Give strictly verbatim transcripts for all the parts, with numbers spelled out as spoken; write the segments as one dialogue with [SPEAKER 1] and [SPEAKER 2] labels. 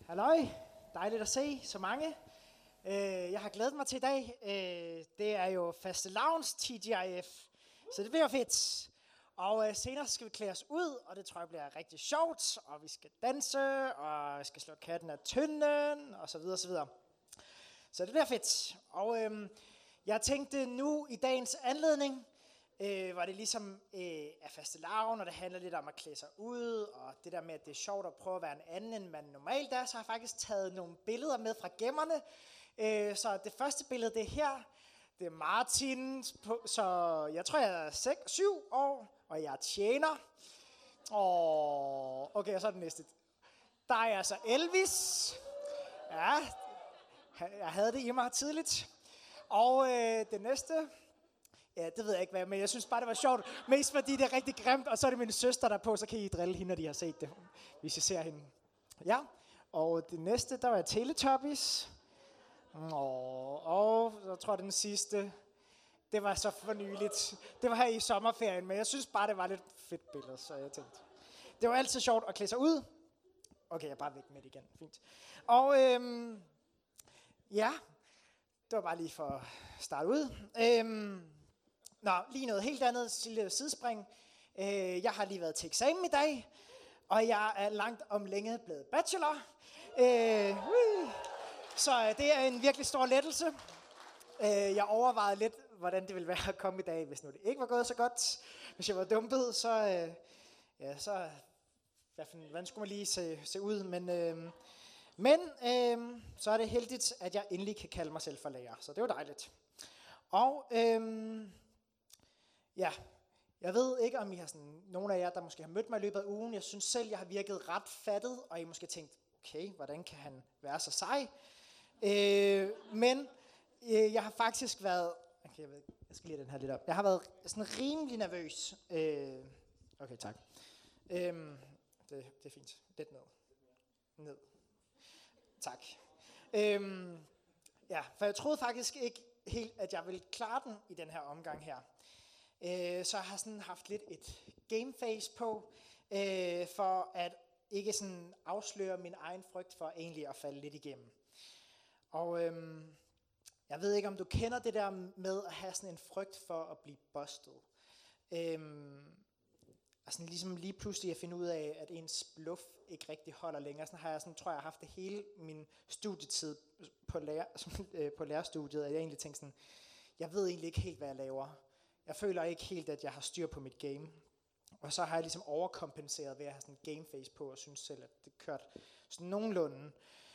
[SPEAKER 1] Halløj, dejligt at se så mange. Jeg har glædet mig til i dag. Det er jo fastelavns T G I F, så det bliver fedt. Og senere skal vi klæde os ud, og det tror jeg bliver rigtig sjovt. Og vi skal danse, og vi skal slå katten af tynden, og så videre, så videre. Så det bliver fedt. Og øhm, jeg tænkte nu i dagens anledning, øh, hvor det ligesom øh, er fastelavn, og det handler lidt om at klæde sig ud, og det der med, at det er sjovt at prøve at være en anden, end man normalt er, så har jeg faktisk taget nogle billeder med fra gemmerne. Øh, så det første billede, det er her. Det er Martin, så jeg tror, jeg er seks, syv år, og jeg er tjener. Og okay, og så er det næste. Der er altså Elvis. Ja, jeg havde det i mig tidligt. Og øh, det næste, ja, det ved jeg ikke hvad, men jeg synes bare, det var sjovt. Mest fordi det er rigtig grimt, og så er det min søster, der er på, så kan I drille hende, når de har set det, hvis I ser hende. Ja, og det næste, der var Teletubbies. Og, og så tror jeg, den sidste, det var så for nyligt. Det var her i sommerferien, men jeg synes bare, det var lidt fedt billede, så jeg tænkte. Det var altid sjovt at klæde sig ud. Okay, jeg er bare væk med det igen. Fint. Og øhm, ja, det var bare lige for at starte ud. Øhm, nå, lige noget helt andet, lille sidespring. Øh, jeg har lige været til eksamen i dag, og jeg er langt om længe blevet bachelor. Øh, så det er en virkelig stor lettelse. Øh, jeg overvejede lidt, hvordan det ville være at komme i dag, hvis nu det ikke var gået så godt. Hvis jeg var dumpet, så, øh, ja, så hvordan skulle man lige se, se ud? Men, øh, men øh, så er det heldigt, at jeg endelig kan kalde mig selv for lærer, så det var dejligt. Og øh, ja, jeg ved ikke, om I har sådan, nogle af jer, der måske har mødt mig i løbet af ugen. Jeg synes selv, jeg har virket ret fattet, og I måske tænkt, okay, hvordan kan han være så sej? Øh, men øh, jeg har faktisk været, okay, jeg, ved, jeg skal lige have den her lidt op. Jeg har været sådan rimelig nervøs. Øh, okay, tak. Øh, det, det er fint. Lidt ned. Ned. Tak. Øh, ja, for jeg troede faktisk ikke helt, at jeg ville klare den i den her omgang her. Øh, så jeg har sådan haft lidt et gameface på, øh, for at ikke sådan afsløre min egen frygt for egentlig at falde lidt igennem. Og øhm, jeg ved ikke, om du kender det der med at have sådan en frygt for at blive busted. Øhm, altså ligesom lige pludselig at finde ud af, at ens bluff ikke rigtig holder længere. Sådan har jeg, sådan, tror jeg, har haft det hele min studietid på, lærer, på lærerstudiet, at jeg egentlig tænkte sådan, jeg ved egentlig ikke helt, hvad jeg laver. Jeg føler ikke helt, at jeg har styr på mit game. Og så har jeg ligesom overkompenseret ved at have sådan en gameface på, og synes selv, at det kørte sådan nogenlunde.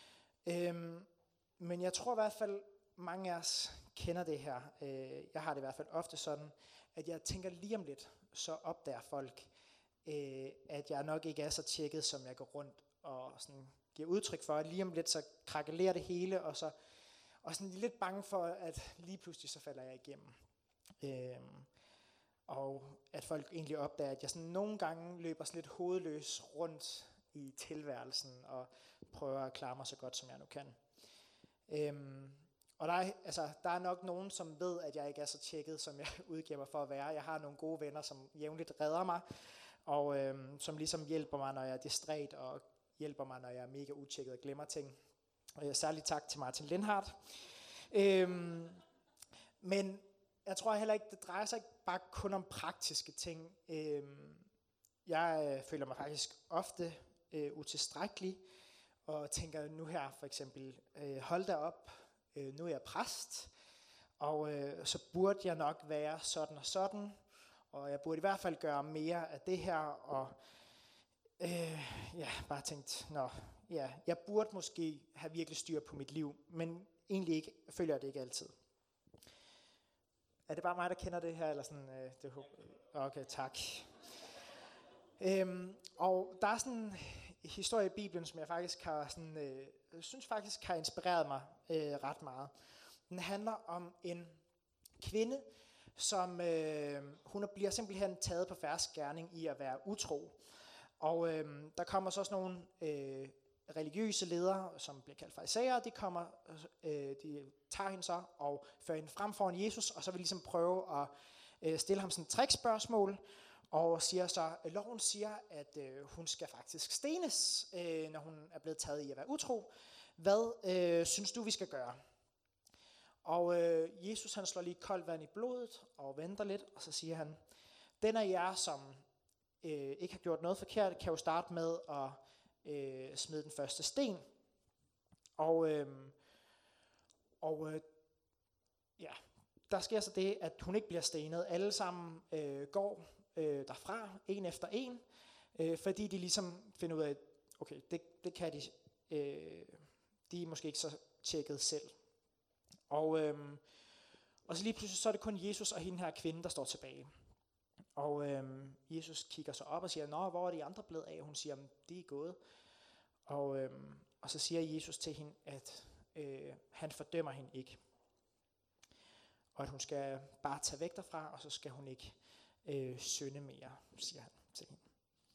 [SPEAKER 1] Øhm, men jeg tror i hvert fald, mange af os kender det her. Øh, jeg har det i hvert fald ofte sådan, at jeg tænker lige om lidt, så opdager folk, øh, at jeg nok ikke er så tjekket, som jeg går rundt og sådan giver udtryk for. Lige om lidt, så krakelerer det hele, og så og sådan lidt bange for, at lige pludselig så falder jeg igennem. Øhm, Og at folk egentlig opdager, at jeg sådan nogle gange løber sådan lidt hovedløs rundt i tilværelsen og prøver at klare mig så godt, som jeg nu kan. Øhm, og der er, altså, der er nok nogen, som ved, at jeg ikke er så tjekket, som jeg udgiver mig for at være. Jeg har nogle gode venner, som jævnligt redder mig, og øhm, som ligesom hjælper mig, når jeg er distræt, og hjælper mig, når jeg er mega utjekket og glemmer ting. Og særligt tak til Martin Lindhardt. Øhm, men jeg tror heller ikke, det drejer sig ikke bare kun om praktiske ting. Jeg føler mig faktisk ofte utilstrækkelig, og tænker nu her for eksempel, hold da op, nu er jeg præst, og så burde jeg nok være sådan og sådan, og jeg burde i hvert fald gøre mere af det her, og øh, ja, bare tænkt, nå, ja, jeg burde måske have virkelig styr på mit liv, men egentlig ikke, føler jeg det ikke altid. Er det bare mig, der kender det her? Eller sådan, øh, det, okay, tak. Øhm, og der er sådan en historie i Bibelen, som jeg faktisk har, sådan, øh, synes faktisk har inspireret mig øh, ret meget. Den handler om en kvinde, som øh, hun bliver simpelthen taget på fersk gerning i at være utro. Og øh, der kommer så også nogle øh, religiøse ledere, som bliver kaldt farisæere, de kommer, øh, de tager hende så og fører hende frem foran Jesus, og så vil ligesom prøve at øh, stille ham sådan et trickspørgsmål, Og siger så, at loven siger, at øh, hun skal faktisk stenes, øh, når hun er blevet taget i at være utro. Hvad øh, synes du, vi skal gøre? Og øh, Jesus han slår lige koldt vand i blodet og venter lidt, og så siger han, den af jer, som øh, ikke har gjort noget forkert, kan jo starte med at øh, smide den første sten. Og, øh, og øh, ja, der sker så det, at hun ikke bliver stenet. Alle sammen øh, går øh, derfra, en efter en, øh, fordi de ligesom finder ud af, okay, det, det kan de, øh, de er måske ikke så tjekket selv. Og, øhm, og så lige pludselig så er det kun Jesus og hende her kvinde, der står tilbage. Og øhm, Jesus kigger så op og siger, nå, hvor er de andre blevet af? Hun siger, de er gået. Og, øhm, og så siger Jesus til hende, at øh, han fordømmer hende ikke. Og at hun skal bare tage væk derfra, og så skal hun ikke øh, synde mere, siger han til hende.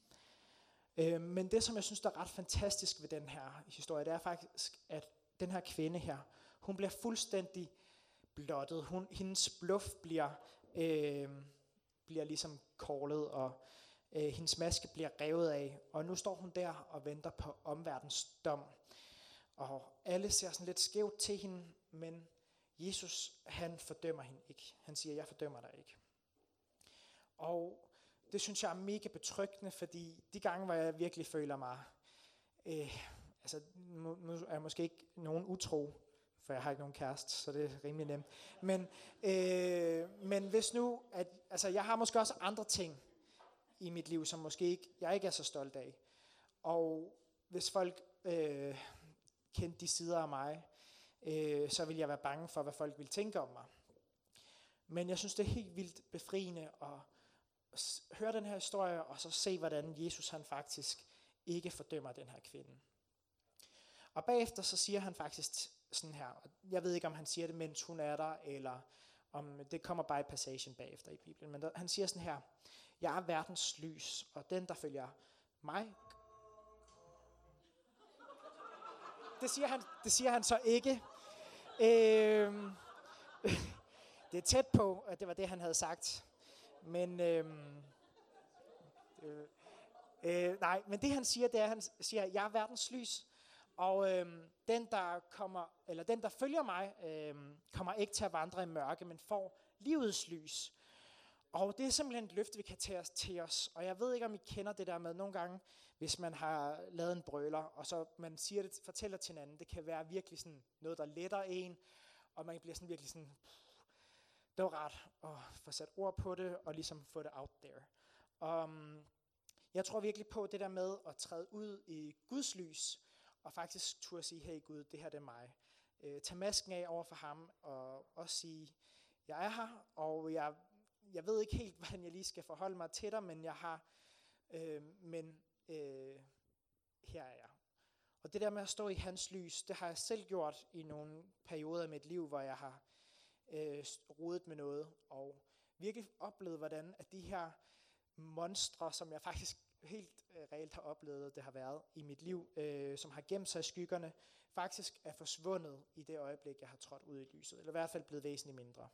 [SPEAKER 1] Øh, men det, som jeg synes, der er ret fantastisk ved den her historie, det er faktisk, at den her kvinde her, hun bliver fuldstændig blottet. Hun, hendes bluff bliver, øh, bliver ligesom kålet, og øh, hendes maske bliver revet af. Og nu står hun der og venter på omverdens dom. Og alle ser sådan lidt skævt til hende, men Jesus, han fordømmer hende ikke. Han siger, jeg fordømmer dig ikke. Og det synes jeg er mega betryggende, fordi de gange, hvor jeg virkelig føler mig, øh, altså nu, nu er jeg måske ikke nogen utro, for jeg har ikke nogen kæreste, så det er rimelig nemt. Men, øh, men hvis nu, at, altså jeg har måske også andre ting i mit liv, som måske ikke, jeg ikke er så stolt af. Og hvis folk øh, kendte de sider af mig, øh, så vil jeg være bange for, hvad folk vil tænke om mig. Men jeg synes, det er helt vildt befriende at høre den her historie, og så se, hvordan Jesus han faktisk ikke fordømmer den her kvinde. Og bagefter så siger han faktisk sådan her, jeg ved ikke om han siger det, mens hun er der, eller om det kommer bare i passagen bagefter i Bibelen, men der, han siger sådan her, jeg er verdens lys, og den der følger mig, det siger han, det siger han så ikke. Øh, det er tæt på, at det var det han havde sagt, men øh, øh, øh, nej, men det han siger, det er, han siger, jeg er verdens lys. Og øhm, den, der kommer, eller den, der følger mig, øhm, kommer ikke til at vandre i mørke, men får livets lys. Og det er simpelthen et løfte, vi kan tage os til os. Og jeg ved ikke, om I kender det der med nogle gange, hvis man har lavet en brøler, og så man siger det, fortæller til hinanden. Det kan være virkelig sådan noget, der letter en, og man bliver sådan virkelig sådan, det var rart at få sat ord på det, og ligesom få det out there. Um, jeg tror virkelig på det der med at træde ud i Guds lys, og faktisk turde sige, hey Gud, det her det er mig. Øh, tag masken af over for ham, og også sige, jeg er her, og jeg, jeg ved ikke helt, hvordan jeg lige skal forholde mig til dig, men jeg har, øh, men øh, her er jeg. Og det der med at stå i hans lys, det har jeg selv gjort i nogle perioder af mit liv, hvor jeg har øh, rodet med noget, og virkelig oplevet, hvordan at de her monstre, som jeg faktisk helt øh, reelt har oplevet, det har været i mit liv, øh, som har gemt sig i skyggerne, faktisk er forsvundet i det øjeblik, jeg har trådt ud i lyset, eller i hvert fald blevet væsentligt mindre.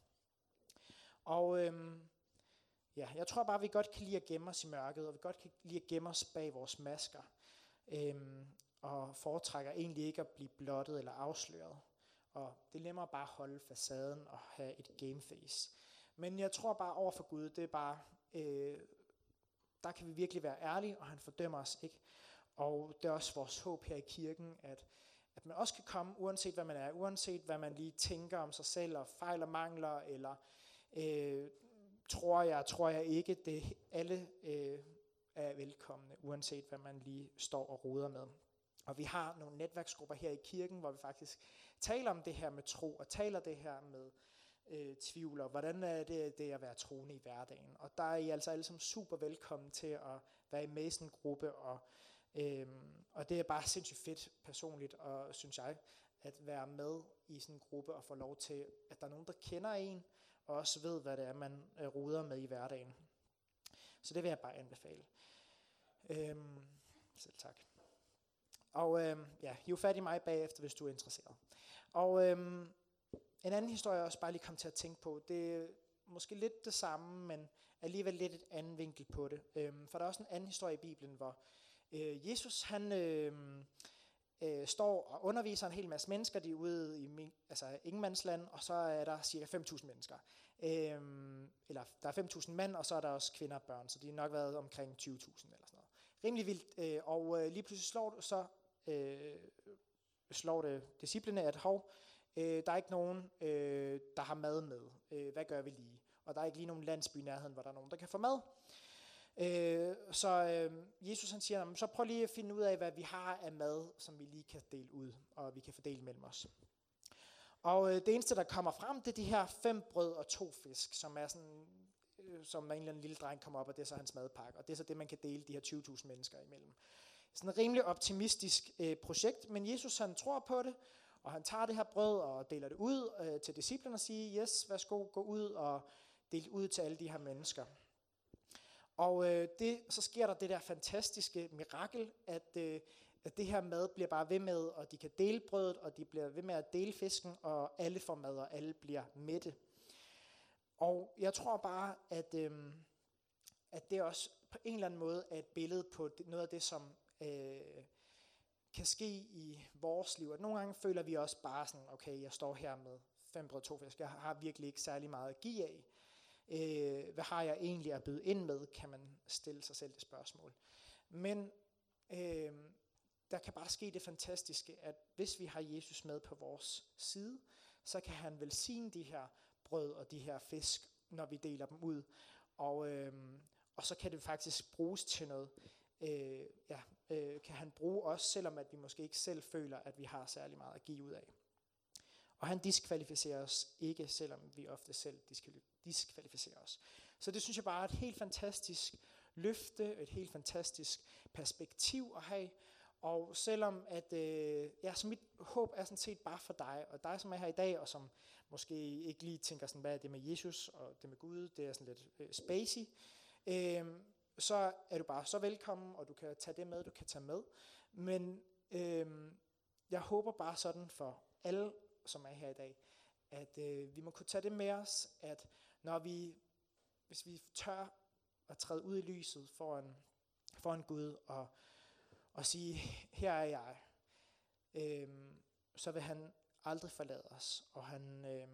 [SPEAKER 1] Og øhm, ja, jeg tror bare, vi godt kan lide at gemme os i mørket, og vi godt kan lide at gemme os bag vores masker, øhm, og foretrækker egentlig ikke at blive blottet eller afsløret. Og det er nemmere bare at holde facaden og have et gameface. Men jeg tror bare over for Gud, det er bare, øh, der kan vi virkelig være ærlige, og han fordømmer os ikke. Og det er også vores håb her i kirken, at, at man også kan komme, uanset hvad man er, uanset hvad man lige tænker om sig selv, og fejl og mangler, eller øh, tror jeg, tror jeg ikke, det alle øh, er velkomne, uanset hvad man lige står og roder med. Og vi har nogle netværksgrupper her i kirken, hvor vi faktisk taler om det her med tro, og taler det her med øh, tvivl, og hvordan er det, det at være troende i hverdagen. Og der er I altså alle sammen super velkommen til at være med i sådan en gruppe, og, øh, og det er bare sindssygt fedt personligt, og synes jeg, at være med i sådan en gruppe, og få lov til, at der er nogen, der kender en, og også ved, hvad det er, man øh, roder med i hverdagen. Så det vil jeg bare anbefale. Øh, selv tak. Og øh, ja, hiv fat i mig bagefter, hvis du er interesseret. Og øh, en anden historie, jeg også bare lige kom til at tænke på, det er måske lidt det samme, men alligevel lidt et anden vinkel på det. Øhm, for der er også en anden historie i Bibelen, hvor øh, Jesus han øh, øh, står og underviser en hel masse mennesker, de er ude i altså ingenmandsland, og så er der cirka fem tusind mennesker. Øhm, eller der er fem tusind mænd, og så er der også kvinder og børn, så de har nok været omkring tyve tusind eller sådan noget. Rimelig vildt, øh, og øh, lige pludselig slår, så, øh, slår det disciplene, at hov, øh, der er ikke nogen, øh, der har mad med. Øh, hvad gør vi lige? Og der er ikke lige nogen landsby i nærheden, hvor der er nogen, der kan få mad. Øh, så øh, Jesus han siger, så prøv lige at finde ud af, hvad vi har af mad, som vi lige kan dele ud, og vi kan fordele mellem os. Og øh, det eneste, der kommer frem, det er de her fem brød og to fisk, som er sådan, øh, som en eller anden lille dreng kommer op, og det er så hans madpakke. Og det er så det, man kan dele de her tyve tusind mennesker imellem. Sådan et rimelig optimistisk øh, projekt, men Jesus han tror på det, og han tager det her brød og deler det ud øh, til disciplene og siger, yes, værsgo, gå ud og del ud til alle de her mennesker. Og øh, det, så sker der det der fantastiske mirakel, at, øh, at det her mad bliver bare ved med, og de kan dele brødet, og de bliver ved med at dele fisken, og alle får mad, og alle bliver mætte. Og jeg tror bare, at, øh, at det også på en eller anden måde er et billede på noget af det, som øh, kan ske i vores liv. At nogle gange føler vi også bare sådan, okay, jeg står her med fem brød og to fisk, jeg har virkelig ikke særlig meget at give af. Øh, hvad har jeg egentlig at byde ind med, kan man stille sig selv det spørgsmål. Men øh, der kan bare ske det fantastiske, at hvis vi har Jesus med på vores side, så kan han velsigne de her brød og de her fisk, når vi deler dem ud. Og, øh, og så kan det faktisk bruges til noget. Øh, ja, øh, kan han bruge os, selvom at vi måske ikke selv føler, at vi har særlig meget at give ud af. Og han diskvalificerer os ikke, selvom vi ofte selv diskvalificerer os. Så det synes jeg bare er et helt fantastisk løfte, et helt fantastisk perspektiv at have. Og selvom at, øh, ja, så mit håb er sådan set bare for dig, og dig som er her i dag, og som måske ikke lige tænker sådan, hvad er det med Jesus og det med Gud, det er sådan lidt øh, spacey, øh, så er du bare så velkommen, og du kan tage det med, du kan tage med. Men øh, jeg håber bare sådan for alle, som er her i dag, at øh, vi må kunne tage det med os, at når vi, hvis vi tør at træde ud i lyset foran, foran Gud, og, og sige, her er jeg, øh, så vil han aldrig forlade os, og han, øh,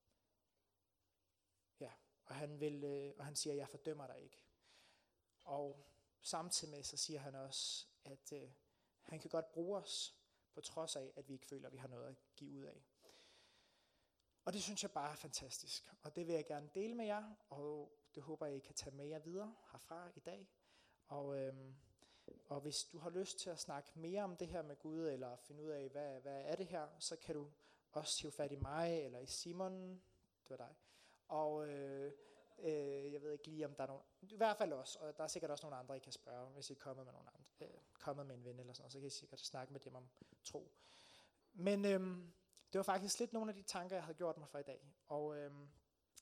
[SPEAKER 1] ja, og han vil, øh, og han siger, jeg fordømmer dig ikke. Og samtidig med, så siger han også, at øh, han kan godt bruge os, på trods af, at vi ikke føler, at vi har noget at give ud af. Og det synes jeg bare er fantastisk, og det vil jeg gerne dele med jer, og det håber jeg, I kan tage med jer videre herfra i dag. Og, øhm, og hvis du har lyst til at snakke mere om det her med Gud, eller finde ud af, hvad, hvad er det her, så kan du også hive fat i mig, eller i Simon, det var dig. Og øh, øh, jeg ved ikke lige, om der er nogen, i hvert fald også, og der er sikkert også nogle andre, I kan spørge, hvis I er kommet med, nogle andre, øh, kommet med en ven, eller sådan noget, så kan I sikkert snakke med dem om tro. Men øhm, det var faktisk lidt nogle af de tanker, jeg havde gjort mig for i dag. Og øhm,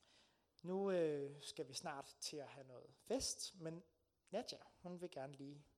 [SPEAKER 1] nu øh, skal vi snart til at have noget fest, men Nadja, hun vil gerne lige